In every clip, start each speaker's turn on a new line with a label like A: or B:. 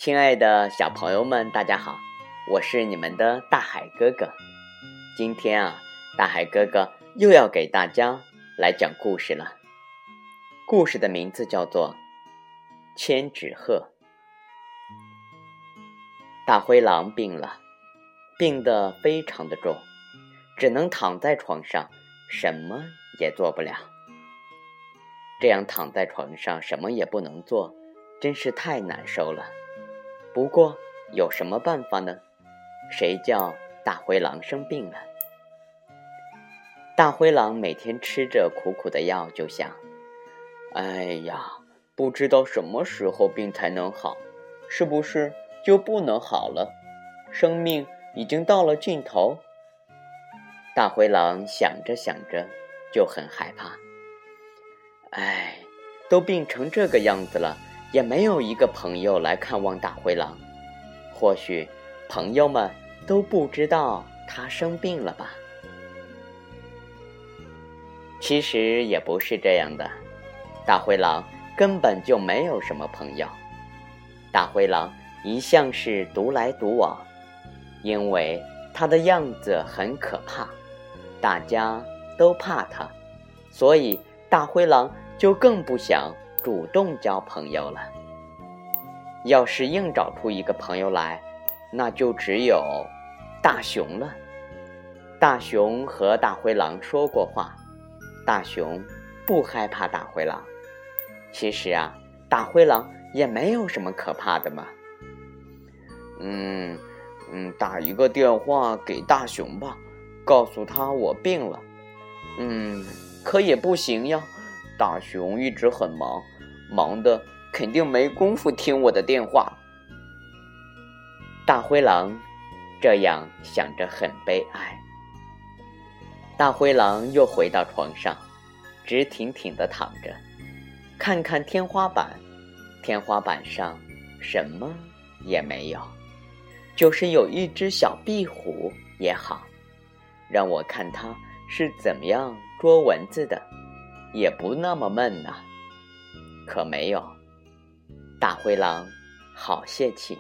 A: 亲爱的小朋友们，大家好，我是你们的大海哥哥。今天大海哥哥又要给大家来讲故事了。故事的名字叫做千纸鹤。大灰狼病了，病得非常的重，只能躺在床上，什么也做不了。这样躺在床上什么也不能做，真是太难受了。不过有什么办法呢？谁叫大灰狼生病了？大灰狼每天吃着苦苦的药，就想，哎呀，不知道什么时候病才能好，是不是就不能好了？生命已经到了尽头。大灰狼想着想着就很害怕。哎，都病成这个样子了，也没有一个朋友来看望大灰狼。或许朋友们都不知道他生病了吧？其实也不是这样的，大灰狼根本就没有什么朋友。大灰狼一向是独来独往，因为他的样子很可怕，大家都怕他，所以大灰狼就更不想主动交朋友了。要是硬找出一个朋友来，那就只有大熊了。大熊和大灰狼说过话，大熊不害怕大灰狼。其实大灰狼也没有什么可怕的嘛。打一个电话给大熊吧，告诉他我病了。可也不行呀，大熊一直很忙，忙的肯定没工夫听我的电话。大灰狼这样想着很悲哀。大灰狼又回到床上，直挺挺地躺着，看看天花板，天花板上什么也没有，就是有一只小壁虎也好，让我看它是怎么样捉蚊子的，也不那么闷呐。可没有，大灰狼好泄气。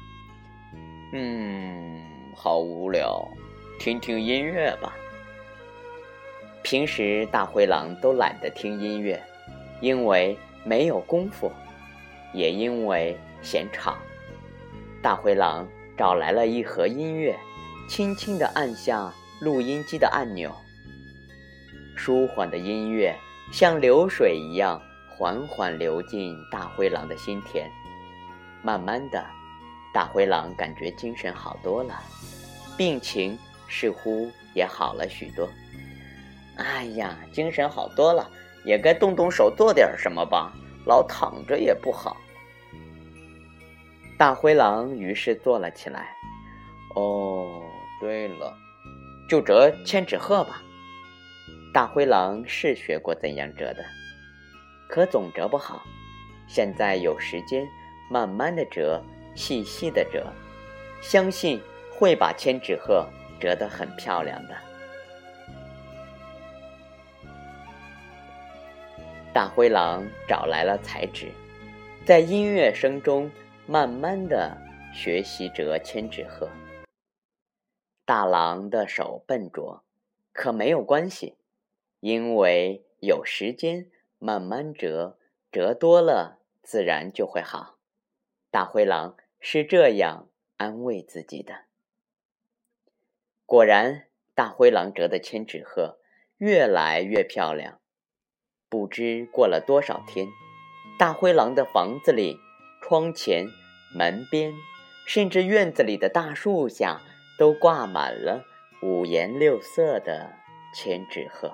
A: 好无聊，听听音乐吧。平时大灰狼都懒得听音乐，因为没有功夫，也因为嫌吵。大灰狼找来了一盒音乐，轻轻地按下录音机的按钮。舒缓的音乐像流水一样缓缓流进大灰狼的心田。慢慢的，大灰狼感觉精神好多了，病情似乎也好了许多。哎呀，精神好多了，也该动动手做点什么吧，老躺着也不好。大灰狼于是坐了起来。对了，就折千纸鹤吧。大灰狼是学过怎样折的，可总折不好。现在有时间，慢慢的折，细细的折，相信会把千纸鹤折得很漂亮的。大灰狼找来了彩纸，在音乐声中慢慢的学习折千纸鹤。大狼的手笨拙，可没有关系，因为有时间，慢慢折，折多了自然就会好。大灰狼是这样安慰自己的。果然，大灰狼折的千纸鹤越来越漂亮。不知过了多少天，大灰狼的房子里、窗前、门边，甚至院子里的大树下都挂满了五颜六色的千纸鹤。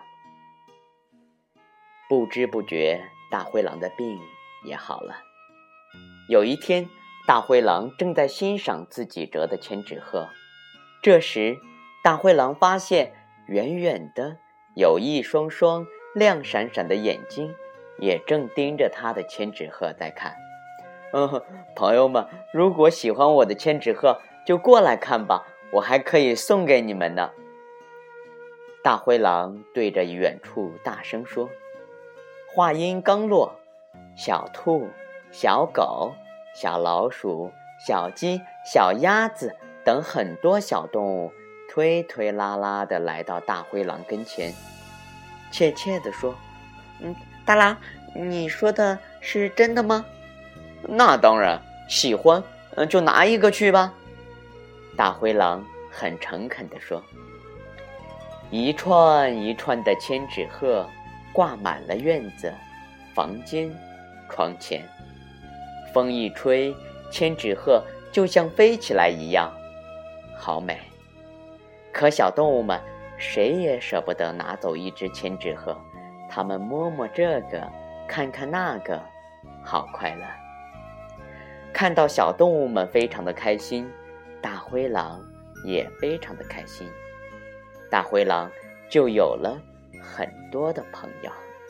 A: 不知不觉，大灰狼的病也好了。有一天，大灰狼正在欣赏自己折的千纸鹤，这时大灰狼发现远远的有一双双亮闪闪的眼睛，也正盯着他的千纸鹤在看。朋友们，如果喜欢我的千纸鹤，就过来看吧，我还可以送给你们呢。大灰狼对着远处大声说。话音刚落，小兔、小狗、小老鼠、 小鸡、小鸭子等很多小动物推推拉拉地来到大灰狼跟前，怯怯地说：“大狼，你说的是真的吗？”“那当然，喜欢，就拿一个去吧。”大灰狼很诚恳地说。一串一串的千纸鹤挂满了院子、房间、窗前，风一吹，千纸鹤就像飞起来一样，好美。可小动物们谁也舍不得拿走一只千纸鹤，它们摸摸这个，看看那个，好快乐。看到小动物们非常的开心，大灰狼也非常的开心，大灰狼就有了很多的朋友。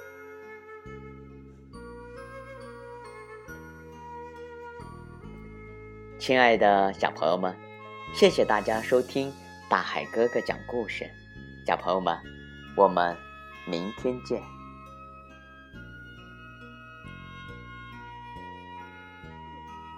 A: 亲爱的小朋友们，谢谢大家收听大海哥哥讲故事。小朋友们，我们明天见。